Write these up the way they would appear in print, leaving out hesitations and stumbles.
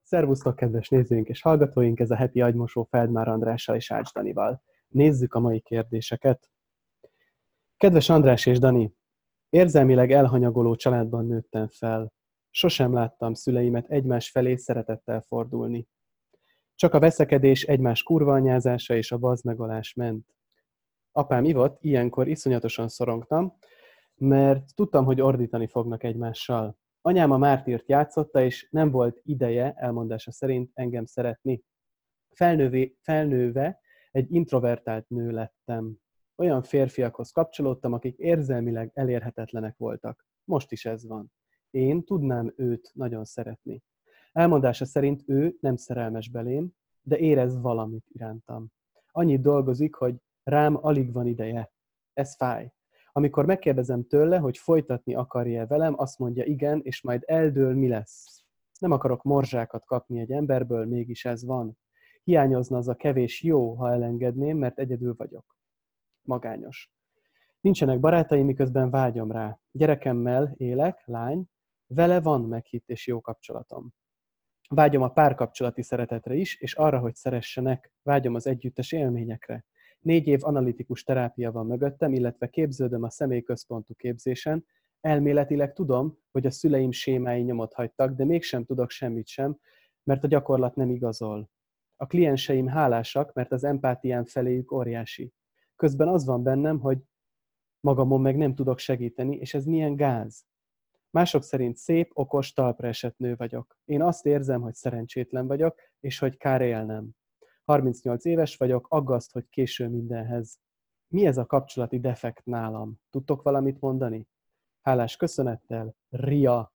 Szervusztok, kedves nézőink és hallgatóink! Ez a heti agymosó Feldmár Andrással és Ács Danival. Nézzük a mai kérdéseket. Kedves András és Dani, érzelmileg elhanyagoló családban nőttem fel. Sosem láttam szüleimet egymás felé szeretettel fordulni. Csak a veszekedés, egymás kurvanyázása és a vazmegolás ment. Apám ivott, ilyenkor iszonyatosan szorongtam, mert tudtam, hogy ordítani fognak egymással. Anyám a mártírt játszotta, és nem volt ideje, elmondása szerint, engem szeretni. Felnőve egy introvertált nő lettem. Olyan férfiakhoz kapcsolódtam, akik érzelmileg elérhetetlenek voltak. Most is ez van. Én tudnám őt nagyon szeretni. Elmondása szerint ő nem szerelmes belém, de érez valamit irántam. Annyit dolgozik, hogy rám alig van ideje. Ez fáj. Amikor megkérdezem tőle, hogy folytatni akarja velem, azt mondja igen, és majd eldől, mi lesz. Nem akarok morzsákat kapni egy emberből, mégis ez van. Hiányozna az a kevés jó, ha elengedném, mert egyedül vagyok. Magányos. Nincsenek barátaim, miközben vágyom rá. Gyerekemmel élek, lány, vele van meghitt és jó kapcsolatom. Vágyom a párkapcsolati szeretetre is, és arra, hogy szeressenek. Vágyom az együttes élményekre. 4 év analitikus terápia van mögöttem, illetve képződöm a személyközpontú képzésen. Elméletileg tudom, hogy a szüleim sémái nyomot hagytak, de mégsem tudok semmit sem, mert a gyakorlat nem igazol. A klienseim hálásak, mert az empátiám feléjük óriási. Közben az van bennem, hogy magamon meg nem tudok segíteni, és ez milyen gáz. Mások szerint szép, okos, talpra esett nő vagyok. Én azt érzem, hogy szerencsétlen vagyok, és hogy kár élnem. 38 éves vagyok, aggaszt, hogy késő mindenhez. Mi ez a kapcsolati defekt nálam? Tudtok valamit mondani? Hálás köszönettel, Ria.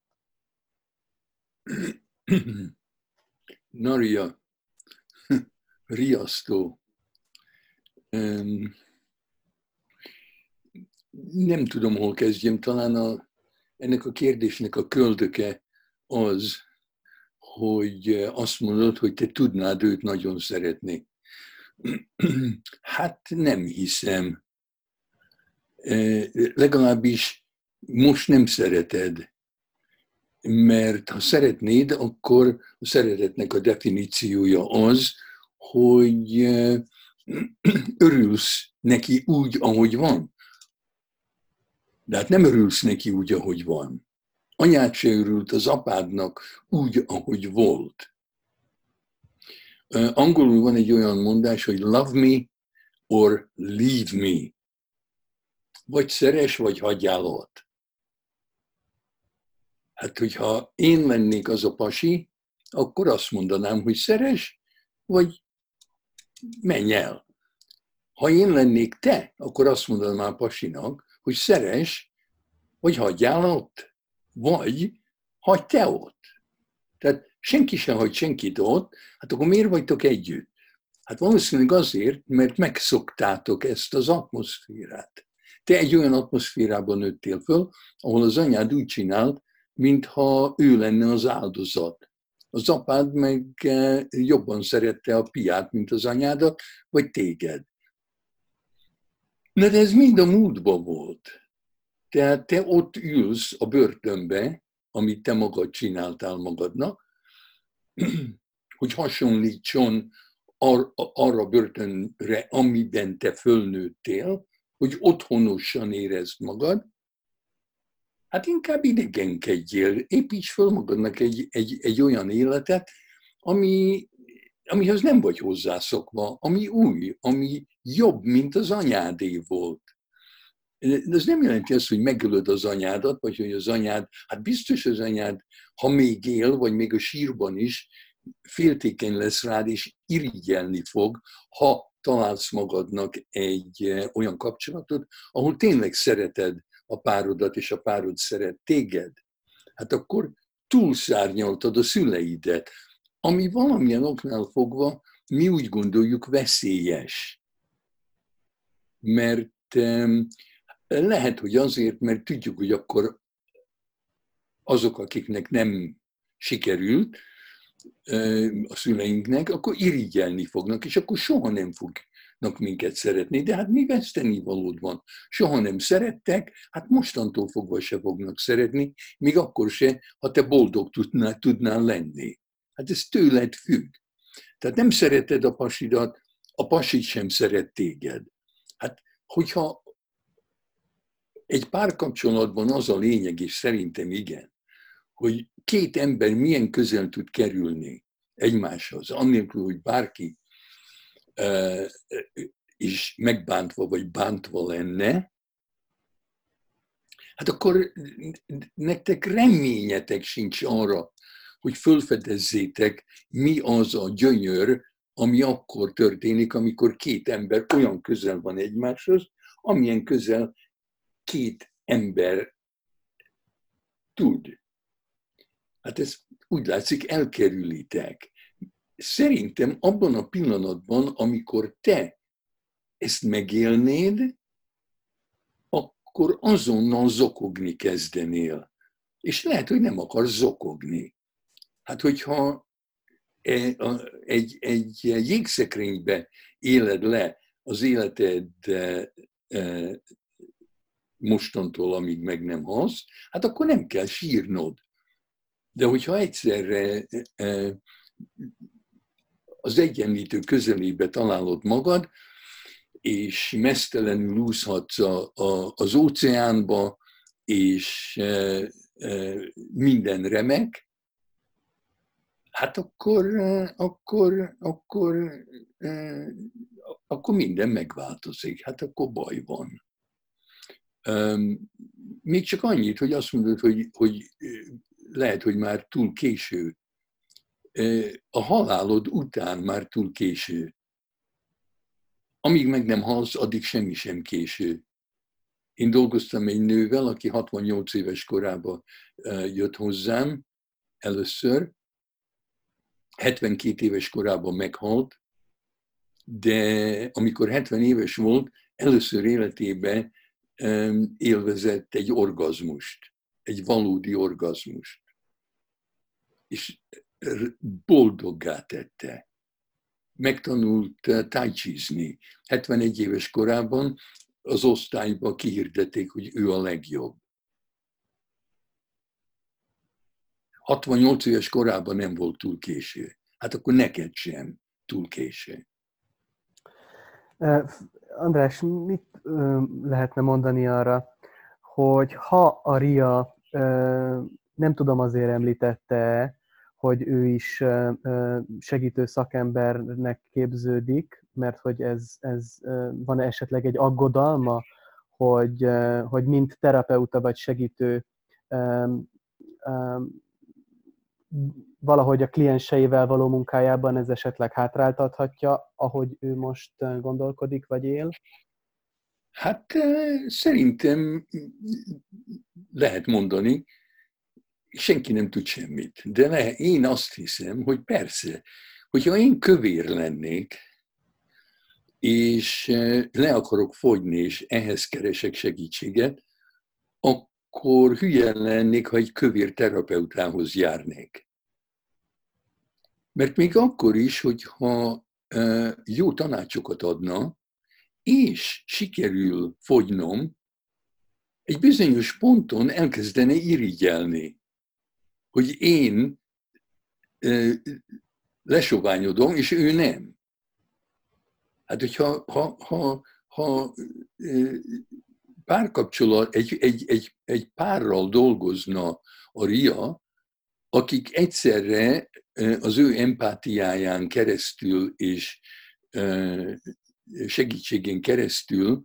Naria, riasztó. Nem tudom, hol kezdjem. Talán ennek a kérdésnek a köldöke az, hogy azt mondod, hogy te tudnád őt nagyon szeretni. Hát nem hiszem. Legalábbis most nem szereted. Mert ha szeretnéd, akkor a szeretetnek a definíciója az, hogy örülsz neki úgy, ahogy van. De hát nem örülsz neki úgy, ahogy van. Anyád se örült az apádnak úgy, ahogy volt. Angolul van egy olyan mondás, hogy love me or leave me. Vagy szeres, vagy hagyjál ott. Hát, hogyha én lennék az a pasi, akkor azt mondanám, hogy szeres, vagy menj el. Ha én lennék te, akkor azt mondanám a pasinak, hogy szeres, vagy hagyjál ott. Vagy hagyj te ott. Tehát senki sem hagy senkit ott, hát akkor miért vagytok együtt? Hát valószínűleg azért, mert megszoktátok ezt az atmoszférát. Te egy olyan atmoszférában nőttél föl, ahol az anyád úgy csinált, mintha ő lenne az áldozat. Az apád meg jobban szerette a piát, mint az anyádat, vagy téged. Na de ez mind a múltban volt. Tehát te ott ülsz a börtönbe, amit te magad csináltál magadnak, hogy hasonlítson arra börtönre, amiben te fölnőttél, hogy otthonosan érezd magad, hát inkább idegenkedjél, építs föl magadnak egy olyan életet, amihez nem vagy hozzászokva, ami új, ami jobb, mint az anyádé volt. De ez nem jelenti azt, hogy megölöd az anyádat, vagy hogy az anyád, hát biztos az anyád, ha még él, vagy még a sírban is, féltékeny lesz rád, és irigyelni fog, ha találsz magadnak egy olyan kapcsolatot, ahol tényleg szereted a párodat, és a párod szeret téged. Hát akkor túlszárnyaltad a szüleidet, ami valamilyen oknál fogva mi úgy gondoljuk veszélyes. Mert lehet, hogy azért, mert tudjuk, hogy akkor azok, akiknek nem sikerült a szüleinknek, akkor irigyelni fognak, és akkor soha nem fognak minket szeretni. De hát mi vesztenivalód van? Soha nem szerettek, hát mostantól fogva se fognak szeretni, még akkor se, ha te boldog tudnál lenni. Hát ez tőled függ. Tehát nem szereted a pasidat, a pasit sem szeret téged. Hát, hogyha egy párkapcsolatban az a lényeg, és szerintem igen, hogy két ember milyen közel tud kerülni egymáshoz, annélkül, hogy bárki is megbántva vagy bántva lenne, hát akkor nektek reményetek sincs arra, hogy fölfedezzétek, mi az a gyönyör, ami akkor történik, amikor két ember olyan közel van egymáshoz, amilyen közel két ember tud. Hát ezt úgy látszik, elkerülitek. Szerintem abban a pillanatban, amikor te ezt megélnéd, akkor azonnal zokogni kezdenél. És lehet, hogy nem akarsz zokogni. Hát, hogyha egy jégszekrénybe éled le az életed mostantól, amíg meg nem halsz, hát akkor nem kell sírnod. De hogyha egyszerre az egyenlítő közelébe találod magad, és meztelenül úszhatsz az óceánba, és minden remek, hát akkor minden megváltozik, hát akkor baj van. Még csak annyit, hogy azt mondod, hogy lehet, hogy már túl késő. A halálod után már túl késő. Amíg meg nem halsz, addig semmi sem késő. Én dolgoztam egy nővel, aki 68 éves korában jött hozzám először, 72 éves korában meghalt, de amikor 70 éves volt, először életében élvezett egy orgazmust, egy valódi orgazmust. És boldoggá tette. Megtanult tájcsizni. 71 éves korában az osztályba kihirdették, hogy ő a legjobb. 68 éves korában nem volt túl késő. Hát akkor neked sem túl késő. András, mit lehetne mondani arra, hogy ha a Ria, nem tudom, azért említette, hogy ő is segítő szakembernek képződik, mert hogy ez van esetleg egy aggodalma, hogy mint terapeuta vagy segítő valahogy a klienseivel való munkájában ez esetleg hátráltathatja, ahogy ő most gondolkodik vagy él? Hát szerintem lehet mondani, senki nem tud semmit. De én azt hiszem, hogy persze, hogyha én kövér lennék, és le akarok fogyni, és ehhez keresek segítséget, akkor hülye lennék, ha egy kövér terapeutához járnék. Mert még akkor is, hogyha jó tanácsokat adna, és sikerül fogynom, egy bizonyos ponton elkezdene irigyelni, hogy én lesoványodom, és ő nem. Hát, hogyha ha párkapcsolat, egy párral dolgozna a Ria, akik egyszerre az ő empátiáján keresztül és segítségén keresztül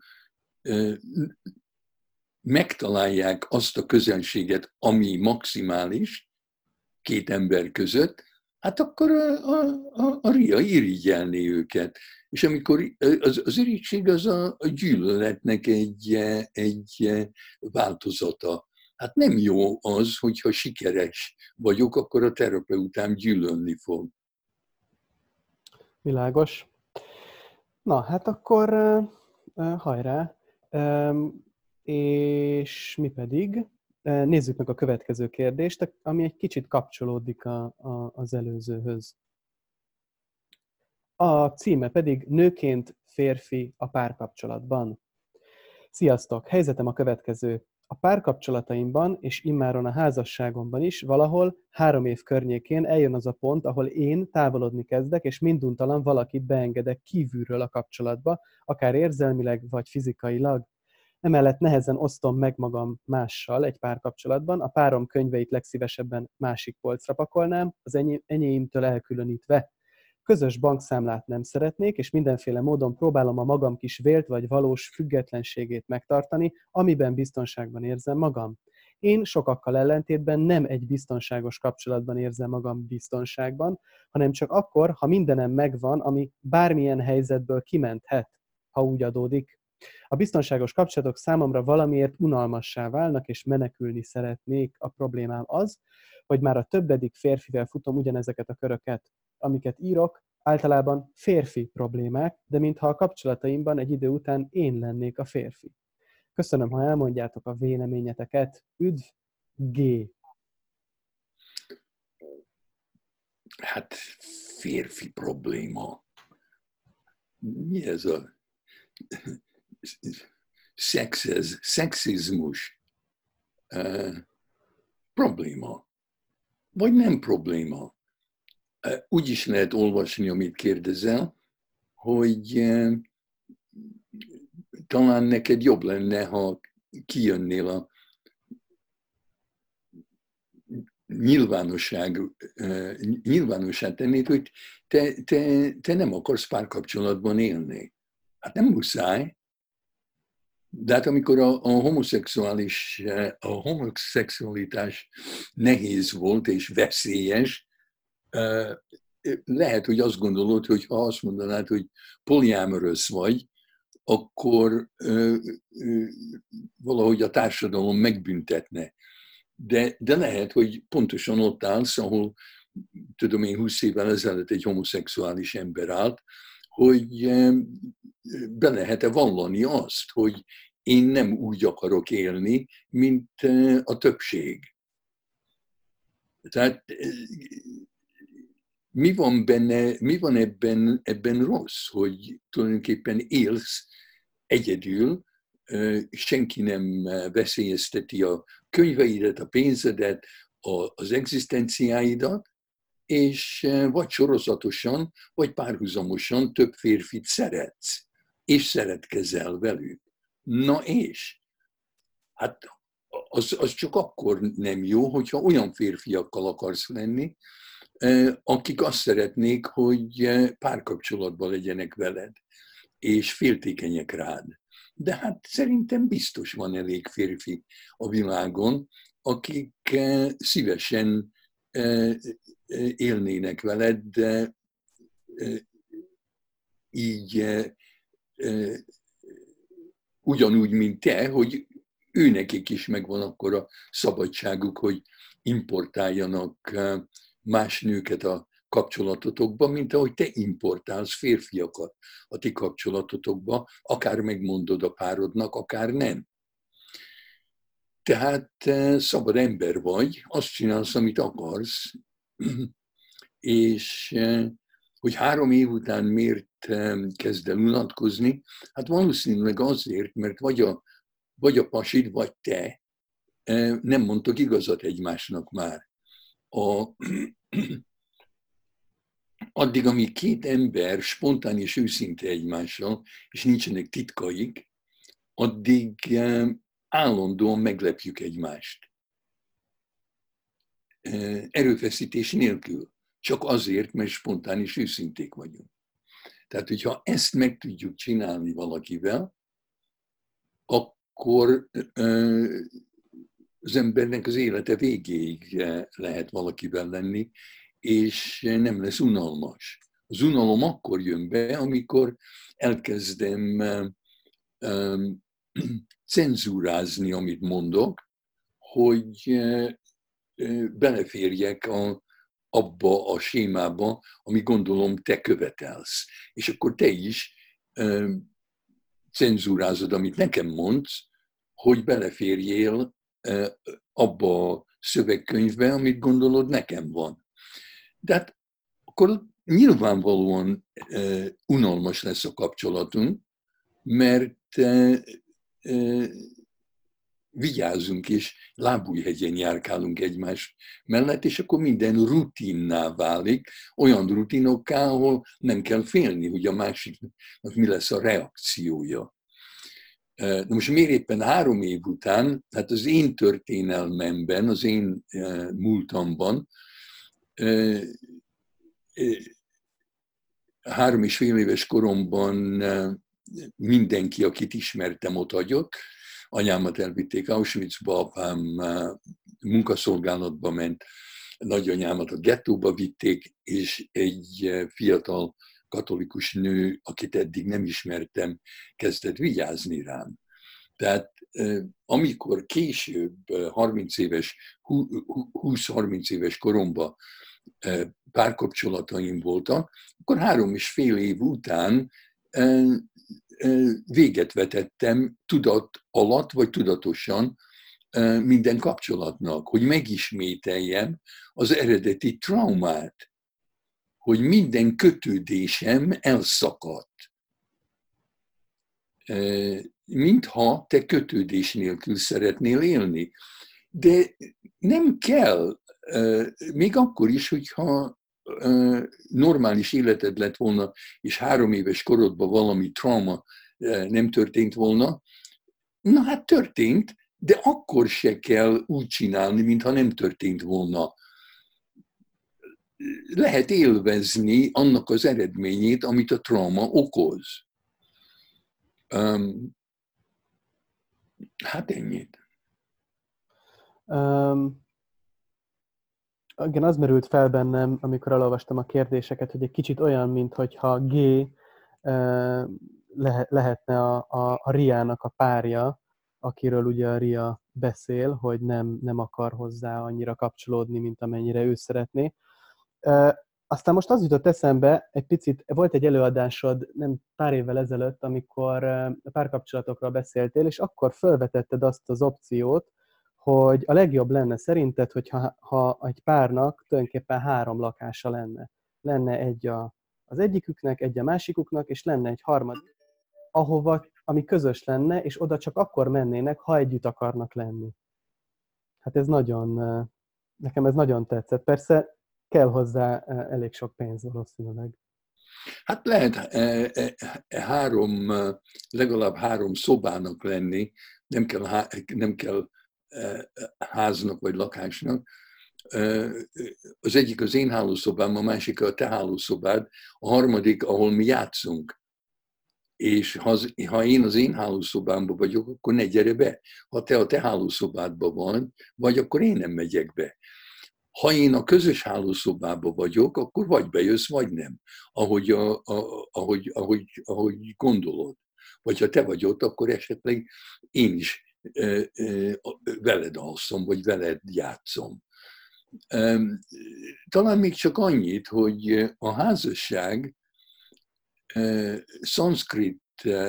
megtalálják azt a közelséget, ami maximális két ember között, hát akkor a Ria irigyelné őket. És amikor az irigység az a gyűlöletnek egy változata. Hát nem jó az, hogyha sikeres vagyok, akkor a terapeutám gyűlölni fog. Világos. Na, hát akkor hajrá. És mi pedig? Nézzük meg a következő kérdést, ami egy kicsit kapcsolódik az előzőhöz. A címe pedig Nőként férfi a párkapcsolatban. Sziasztok! Helyzetem a következő. A párkapcsolataimban és immáron a házasságomban is valahol 3 év környékén eljön az a pont, ahol én távolodni kezdek, és minduntalan valakit beengedek kívülről a kapcsolatba, akár érzelmileg vagy fizikailag. Emellett nehezen osztom meg magam mással egy párkapcsolatban, a párom könyveit legszívesebben másik polcra pakolnám, az enyéimtől elkülönítve. Közös bankszámlát nem szeretnék, és mindenféle módon próbálom a magam kis vélt vagy valós függetlenségét megtartani, amiben biztonságban érzem magam. Én sokakkal ellentétben nem egy biztonságos kapcsolatban érzem magam biztonságban, hanem csak akkor, ha mindenem megvan, ami bármilyen helyzetből kimenthet, ha úgy adódik. A biztonságos kapcsolatok számomra valamiért unalmassá válnak, és menekülni szeretnék. A problémám az, hogy már a többedik férfivel futom ugyanezeket a köröket. Amiket írok, általában férfi problémák, de mintha a kapcsolataimban egy idő után én lennék a férfi. Köszönöm, ha elmondjátok a véleményeteket. Üdv, G. Hát férfi probléma. Mi ez a szexizmus? Probléma. Vagy nem probléma. Úgy is lehet olvasni, amit kérdezel, hogy talán neked jobb lenne, ha kijönnél a nyilvánossá tennéd, hogy te nem akarsz párkapcsolatban élni. Hát nem muszáj. De hát amikor a homoszexualitás nehéz volt és veszélyes, lehet, hogy azt gondolod, hogy ha azt mondanád, hogy poliamorous vagy, akkor valahogy a társadalom megbüntetne. De lehet, hogy pontosan ott állsz, ahol tudom én 20 évvel ezelőtt egy homoszexuális ember állt, hogy be lehet-e vallani azt, hogy én nem úgy akarok élni, mint a többség. Tehát mi van ebben rossz, hogy tulajdonképpen élsz egyedül, senki nem veszélyezteti a könyveidet, a pénzedet, az egzisztenciáidat, és vagy sorozatosan, vagy párhuzamosan több férfit szeretsz, és szeretkezel velük. Na és? Hát az csak akkor nem jó, hogyha olyan férfiakkal akarsz lenni, akik azt szeretnék, hogy párkapcsolatban legyenek veled, és féltékenyek rád. De hát szerintem biztos van elég férfi a világon, akik szívesen élnének veled, de így ugyanúgy, mint te, hogy őnekik is megvan akkor a szabadságuk, hogy importáljanak más nőket a kapcsolatotokba, mint ahogy te importálsz férfiakat a ti kapcsolatotokba, akár megmondod a párodnak, akár nem. Tehát szabad ember vagy, azt csinálsz, amit akarsz, és hogy 3 év után miért kezd el unatkozni, hát valószínűleg azért, mert vagy a pasid, vagy te nem mondtok igazat egymásnak már. Addig, amíg 2 ember spontán és őszinte egymással, és nincsenek titkaik, addig állandóan meglepjük egymást. Erőfeszítés nélkül. Csak azért, mert spontán és őszinték vagyunk. Tehát, hogyha ezt meg tudjuk csinálni valakivel, akkor az embernek az élete végéig lehet valakivel lenni, és nem lesz unalmas. Az unalom akkor jön be, amikor elkezdem cenzúrázni, amit mondok, hogy beleférjek abba a sémába, ami gondolom te követelsz. És akkor te is cenzúrázod, amit nekem mondsz, hogy beleférjél abba a szövegkönyvbe, amit gondolod nekem van. De hát akkor nyilvánvalóan unalmas lesz a kapcsolatunk, mert vigyázzunk, és lábújhegyen járkálunk egymás mellett, és akkor minden rutinná válik, olyan rutinokká, ahol nem kell félni, hogy a másiknak mi lesz a reakciója. Na most miért éppen 3 év után, hát az én történelmemben, az én múltamban 3,5 éves koromban mindenki, akit ismertem, ott hagyott. Anyámat elvitték Auschwitzba, apám munkaszolgálatba ment, nagyanyámat a gettóba vitték, és egy fiatal katolikus nő, akit eddig nem ismertem, kezdett vigyázni rám. Tehát amikor később, 20-30 éves koromban párkapcsolataim voltak, akkor 3,5 év után véget vetettem tudat alatt, vagy tudatosan minden kapcsolatnak, hogy megismételjem az eredeti traumát, hogy minden kötődésem elszakadt. Mintha te kötődés nélkül szeretnél élni. De nem kell, még akkor is, hogyha normális életed lett volna, és 3 éves korodban valami trauma nem történt volna, na hát történt, de akkor se kell úgy csinálni, mintha nem történt volna. Lehet élvezni annak az eredményét, amit a trauma okoz. Hát ennyit. Igen, az merült fel bennem, amikor elolvastam a kérdéseket, hogy egy kicsit olyan, mintha G lehetne a Riának a párja, akiről ugye a Ria beszél, hogy nem akar hozzá annyira kapcsolódni, mint amennyire ő szeretné. Aztán most az jutott eszembe, egy picit, volt egy előadásod nem pár évvel ezelőtt, amikor párkapcsolatokról beszéltél, és akkor felvetetted azt az opciót, hogy a legjobb lenne szerinted, hogyha egy párnak tulajdonképpen 3 lakása lenne. Lenne egy az egyiküknek, egy a másikuknak, és lenne egy harmadik, ami közös lenne, és oda csak akkor mennének, ha együtt akarnak lenni. Hát nekem ez nagyon tetszett. Persze kell hozzá elég sok pénz valószínűleg. Hát lehet legalább 3 szobának lenni, nem kell háznak vagy lakásnak. Az egyik az én hálószobám, a másik a te hálószobád, a harmadik, ahol mi játszunk. És ha én az én hálószobámban vagyok, akkor ne gyere be. Ha te a te hálószobádban vagy, akkor én nem megyek be. Ha én a közös hálószobában vagyok, akkor vagy bejössz, vagy nem, ahogy gondolod. Vagy ha te vagy ott, akkor esetleg én is veled alszom, vagy veled játszom. Talán még csak annyit, hogy a házasság szanszkrit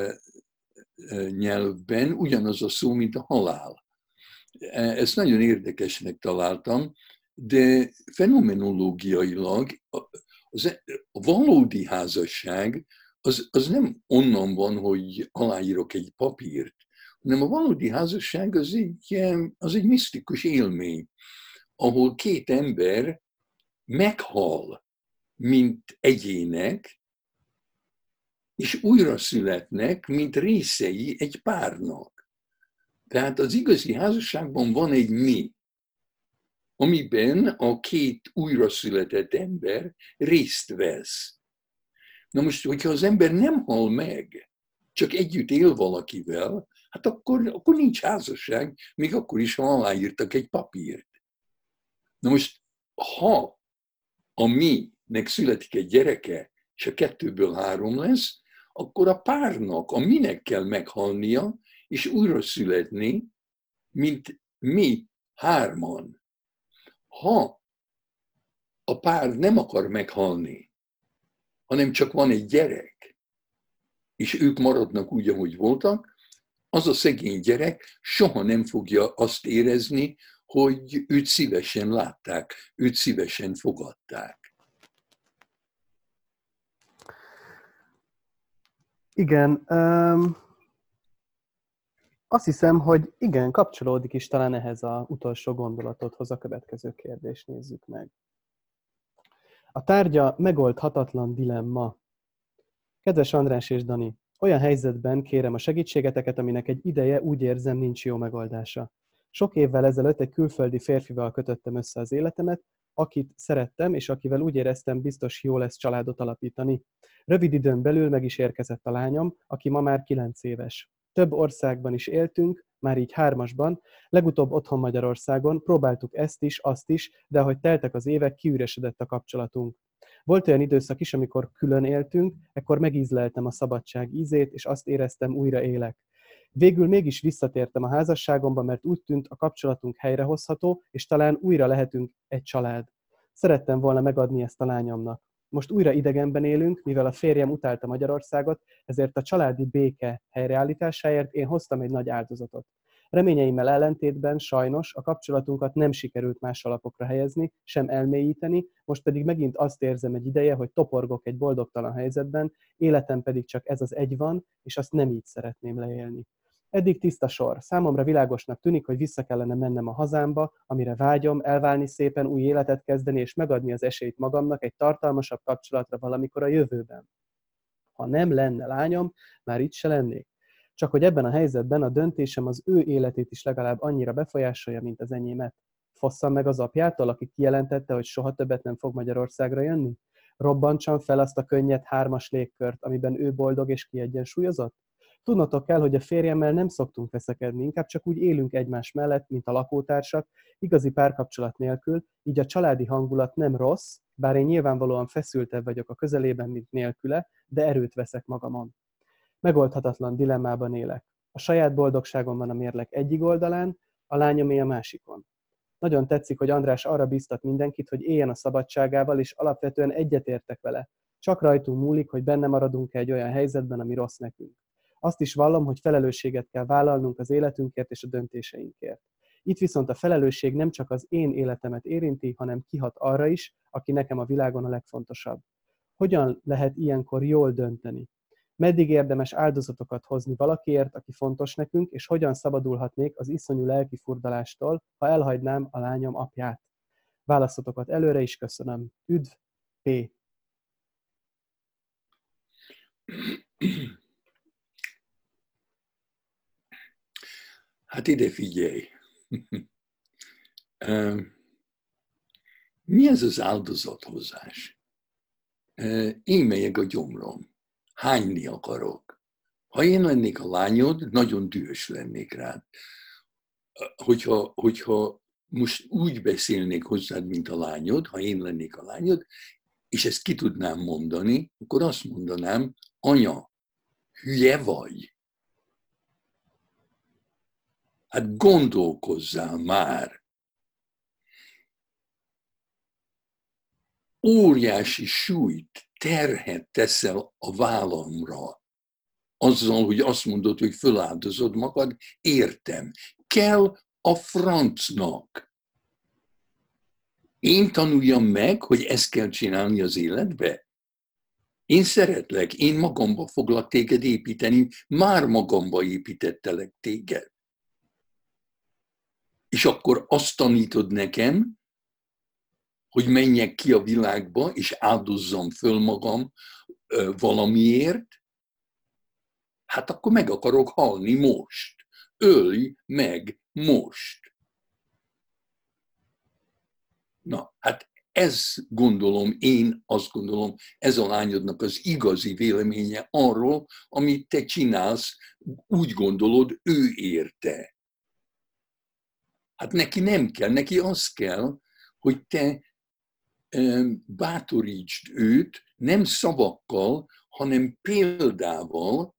nyelvben ugyanaz a szó, mint a halál. Ezt nagyon érdekesnek találtam, de fenomenológiailag a valódi házasság az nem onnan van, hogy aláírok egy papírt, hanem a valódi házasság az egy misztikus élmény, ahol 2 ember meghal, mint egyének, és újra születnek, mint részei egy párnak. Tehát az igazi házasságban van egy mi, amiben a 2 újraszületett ember részt vesz. Na most, hogyha az ember nem hal meg, csak együtt él valakivel, hát akkor nincs házasság, még akkor is, ha aláírtak egy papírt. Na most, ha a minek születik egy gyereke, és a 2-ből 3 lesz, akkor a párnak, a minek kell meghalnia, és újra születni, mint mi 3. Ha a pár nem akar meghalni, hanem csak van egy gyerek, és ők maradnak úgy, ahogy voltak, az a szegény gyerek soha nem fogja azt érezni, hogy őt szívesen látták, őt szívesen fogadták. Igen. Azt hiszem, hogy igen, kapcsolódik is talán ehhez az utolsó gondolatodhoz. A következő kérdést nézzük meg. A tárgya megoldhatatlan dilemma. Kedves András és Dani, olyan helyzetben kérem a segítségeteket, aminek egy ideje úgy érzem nincs jó megoldása. Sok évvel ezelőtt egy külföldi férfival kötöttem össze az életemet, akit szerettem, és akivel úgy éreztem, biztos jó lesz családot alapítani. Rövid időn belül meg is érkezett a lányom, aki ma már 9 éves. Több országban is éltünk, már így 3-asban, legutóbb otthon Magyarországon, próbáltuk ezt is, azt is, de ahogy teltek az évek, kiüresedett a kapcsolatunk. Volt olyan időszak is, amikor külön éltünk, ekkor megízleltem a szabadság ízét, és azt éreztem, újra élek. Végül mégis visszatértem a házasságomba, mert úgy tűnt, a kapcsolatunk helyrehozható, és talán újra lehetünk egy család. Szerettem volna megadni ezt a lányomnak. Most újra idegenben élünk, mivel a férjem utálta Magyarországot, ezért a családi béke helyreállításáért én hoztam egy nagy áldozatot. Reményeimmel ellentétben sajnos a kapcsolatunkat nem sikerült más alapokra helyezni, sem elmélyíteni, most pedig megint azt érzem egy ideje, hogy toporgok egy boldogtalan helyzetben, életem pedig csak ez az egy van, és azt nem így szeretném leélni. Eddig tiszta sor. Számomra világosnak tűnik, hogy vissza kellene mennem a hazámba, amire vágyom, elválni szépen, új életet kezdeni, és megadni az esélyt magamnak egy tartalmasabb kapcsolatra valamikor a jövőben. Ha nem lenne lányom, már itt se lennék. Csak hogy ebben a helyzetben a döntésem az ő életét is legalább annyira befolyásolja, mint az enyémet. Fosszam meg az apjától, aki kijelentette, hogy soha többet nem fog Magyarországra jönni? Robbantsam fel azt a könnyed 3-as légkört, amiben ő boldog és kiegyensúlyozott? Tudnotok kell, hogy a férjemmel nem szoktunk veszekedni, inkább csak úgy élünk egymás mellett, mint a lakótársak, igazi párkapcsolat nélkül, így a családi hangulat nem rossz, bár én nyilvánvalóan feszültebb vagyok a közelében, mint nélküle, de erőt veszek magamon. Megoldhatatlan dilemmában élek. A saját boldogságom van a mérleg egyik oldalán, a lányomé a másikon. Nagyon tetszik, hogy András arra bíztat mindenkit, hogy éljen a szabadságával, és alapvetően egyetértek vele. Csak rajtunk múlik, hogy benne maradunk egy olyan helyzetben, ami rossz nekünk. Azt is vallom, hogy felelősséget kell vállalnunk az életünkért és a döntéseinkért. Itt viszont a felelősség nem csak az én életemet érinti, hanem kihat arra is, aki nekem a világon a legfontosabb. Hogyan lehet ilyenkor jól dönteni? Meddig érdemes áldozatokat hozni valakiért, aki fontos nekünk, és hogyan szabadulhatnék az iszonyú lelkifurdalástól, ha elhagynám a lányom apját? Válaszotokat előre is köszönöm. Üdv, P. Hát ide figyelj! Mi ez az áldozathozás? Én megyek a gyomrom. Hányni akarok. Ha én lennék a lányod, nagyon dühös lennék rád. Hogyha most úgy beszélnék hozzád, mint a lányod, ha én lennék a lányod, és ezt ki tudnám mondani, akkor azt mondanám, anya, hülye vagy. Hát gondolkozzál már. Óriási súlyt, terhet teszel a vállamra. Azzal, hogy azt mondod, hogy föláldozod magad, értem. Kell a francnak. Én tanuljam meg, hogy ezt kell csinálni az életbe? Én szeretlek, én magamba foglak téged építeni, már magamba építettelek téged. És akkor azt tanítod nekem, hogy menjek ki a világba, és áldozzam föl magam valamiért, hát akkor meg akarok halni most. Ölj meg most. Na, hát ez gondolom, én azt gondolom, ez a lányodnak az igazi véleménye arról, amit te csinálsz, úgy gondolod, ő érte. Hát neki nem kell, neki az kell, hogy te bátorítsd őt, nem szavakkal, hanem példával,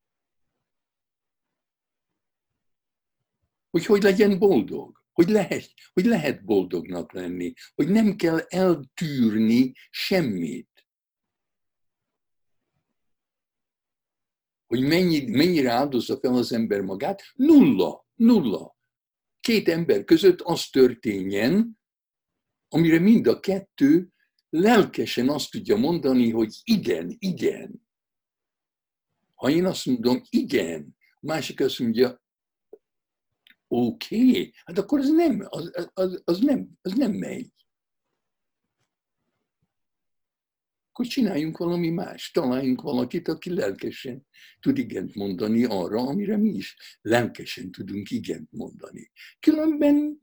hogy legyen boldog, hogy lehet boldognak lenni, hogy nem kell eltűrni semmit. Hogy mennyire áldozza fel az ember magát? Nulla. 2 ember között az történjen, amire mind a 2 lelkesen azt tudja mondani, hogy igen. Ha én azt mondom, igen, a másik azt mondja, Oké, hát akkor az nem megy. Akkor csináljunk valami más, találjunk valakit, aki lelkesen tud igent mondani arra, amire mi is lelkesen tudunk igent mondani. Különben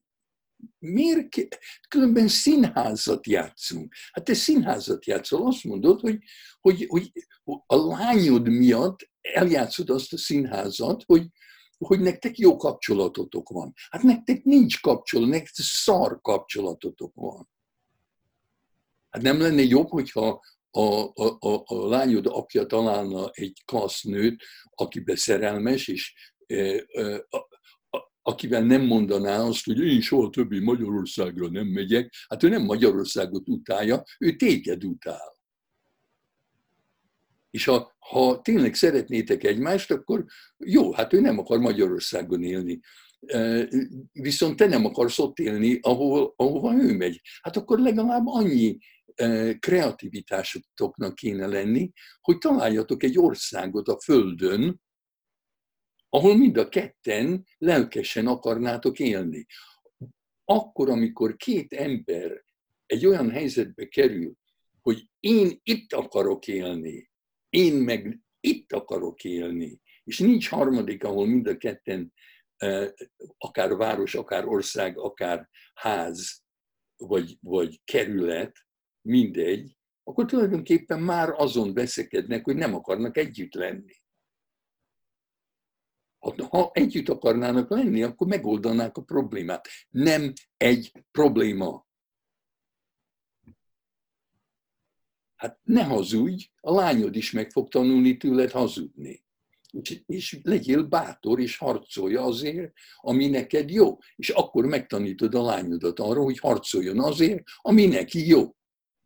különben színházat játszunk. Hát te színházat játszol, azt mondod, hogy a lányod miatt eljátszod azt a színházat, hogy nektek jó kapcsolatotok van. Hát nektek nincs kapcsolat, nektek szar kapcsolatotok van. Hát nem lenne jobb, hogyha a lányod apja találna egy klassznőt, akibe szerelmes, és akivel nem mondaná azt, hogy én soha többé Magyarországra nem megyek. Hát ő nem Magyarországot utálja, ő téged utál. És ha tényleg szeretnétek egymást, akkor jó, hát ő nem akar Magyarországon élni. Viszont te nem akarsz ott élni, ahova ő megy. Hát akkor legalább annyi kreativitásotoknak kéne lenni, hogy találjatok egy országot a Földön, ahol mind a ketten lelkesen akarnátok élni. Akkor, amikor két ember egy olyan helyzetbe kerül, hogy én itt akarok élni, én meg itt akarok élni, és nincs harmadik, ahol mind a ketten, akár város, akár ország, akár ház, vagy kerület, mindegy, akkor tulajdonképpen már azon veszekednek, hogy nem akarnak együtt lenni. Ha együtt akarnának lenni, akkor megoldanák a problémát. Nem egy probléma. Hát ne hazudj, a lányod is meg fog tanulni tőled hazudni. És legyél bátor, és harcolja azért, ami neked jó. És akkor megtanítod a lányodat arra, hogy harcoljon azért, ami neki jó.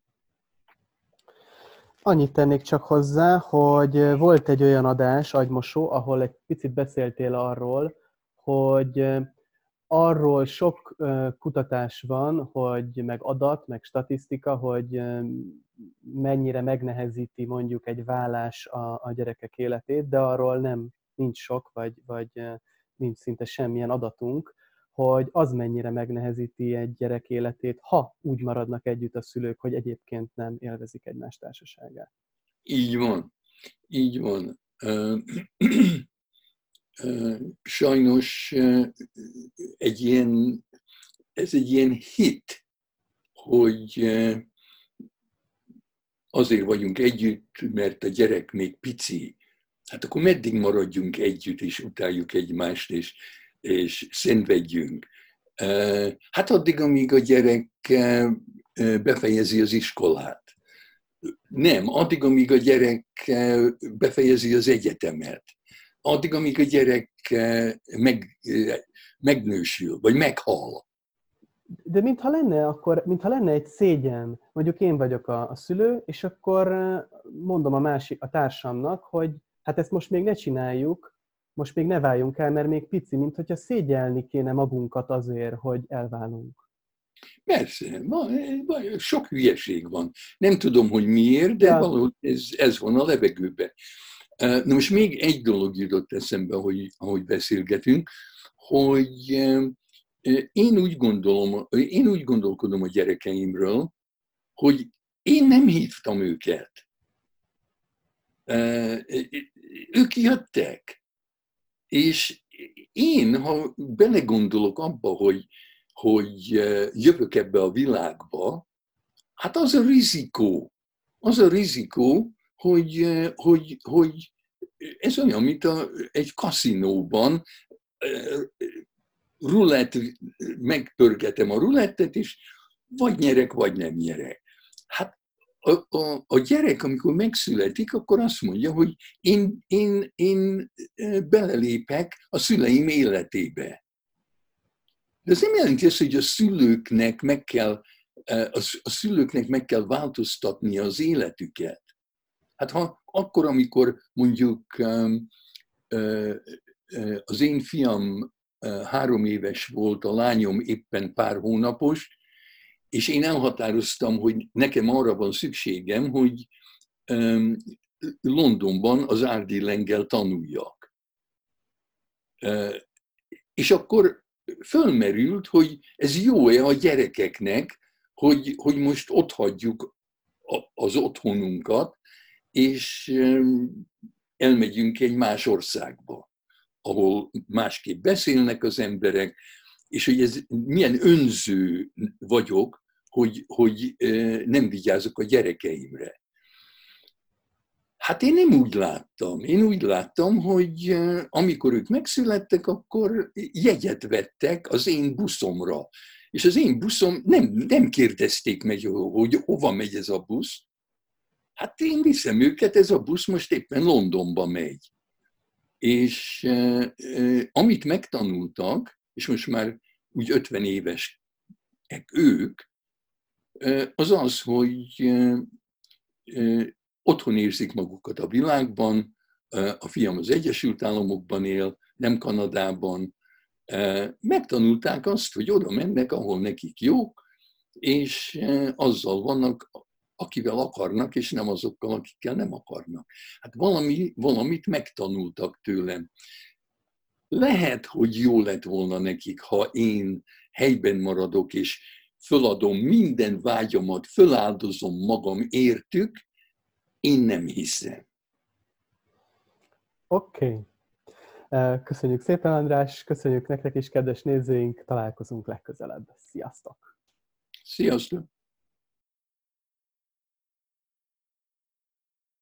Annyit tennék csak hozzá, hogy volt egy olyan adás, Agymosó, ahol egy picit beszéltél arról, hogy arról sok kutatás van, hogy meg adat, meg statisztika, hogy mennyire megnehezíti mondjuk egy vállás a gyerekek életét, de arról nincs sok, vagy nincs szinte semmilyen adatunk, hogy az mennyire megnehezíti egy gyerek életét, ha úgy maradnak együtt a szülők, hogy egyébként nem élvezik egymás társaságát. Így van. Így van. Sajnos ez egy ilyen hit, hogy azért vagyunk együtt, mert a gyerek még pici. Hát akkor meddig maradjunk együtt, és utáljuk egymást, és szenvedjünk? Hát addig, amíg a gyerek befejezi az iskolát. Nem, addig, amíg a gyerek befejezi az egyetemet. Addig, amíg a gyerek megnősül, vagy meghal. De mintha lenne egy szégyen, mondjuk én vagyok a szülő, és akkor mondom a társamnak, hogy hát ezt most még ne csináljuk, most még ne váljunk el, mert még pici, mint hogyha szégyelni kéne magunkat azért, hogy elválunk. Persze, sok hülyeség van. Nem tudom, hogy miért, de valahogy ez van a levegőben. Na most még egy dolog jutott eszembe, ahogy beszélgetünk, hogy én úgy gondolkodom a gyerekeimről, hogy én nem hívtam őket. Ők jöttek. És én, ha belegondolok abba, hogy jövök ebbe a világba, hát az a rizikó, hogy ez olyan, mint egy kaszinóban, megpörgetem a rulettet, és vagy nyerek, vagy nem nyerek. Hát a gyerek, amikor megszületik, akkor azt mondja, hogy én belelépek a szüleim életébe. De ez nem jelenti azt, hogy a szülőknek meg kell változtatni az életüket. Hát akkor, amikor mondjuk az én fiam 3 éves volt, a lányom éppen pár hónapos, és én elhatároztam, hogy nekem arra van szükségem, hogy Londonban az Árdi Lenggel tanuljak. És akkor fölmerült, hogy ez jó-e a gyerekeknek, hogy most ott hagyjuk az otthonunkat, és elmegyünk egy más országba, ahol másképp beszélnek az emberek, és hogy ez milyen önző vagyok, hogy nem vigyázok a gyerekeimre. Hát én nem úgy láttam. Én úgy láttam, hogy amikor ők megszülettek, akkor jegyet vettek az én buszomra. És az én buszom, nem kérdezték meg, hogy hova megy ez a busz. Hát én viszem őket, ez a busz most éppen Londonba megy. És amit megtanultak, és most már úgy 50 évesek ők, az az, hogy otthon érzik magukat a világban, a fiam az Egyesült Államokban él, nem Kanadában. Megtanulták azt, hogy oda mennek, ahol nekik jó, és azzal vannak, akivel akarnak, és nem azokkal, akikkel nem akarnak. Hát valamit megtanultak tőlem. Lehet, hogy jó lett volna nekik, ha én helyben maradok, és föladom minden vágyamat, föláldozom magam értük, én nem hiszem. Oké. Köszönjük szépen, András, köszönjük nektek is, kedves nézőink, találkozunk legközelebb. Sziasztok! Sziasztok!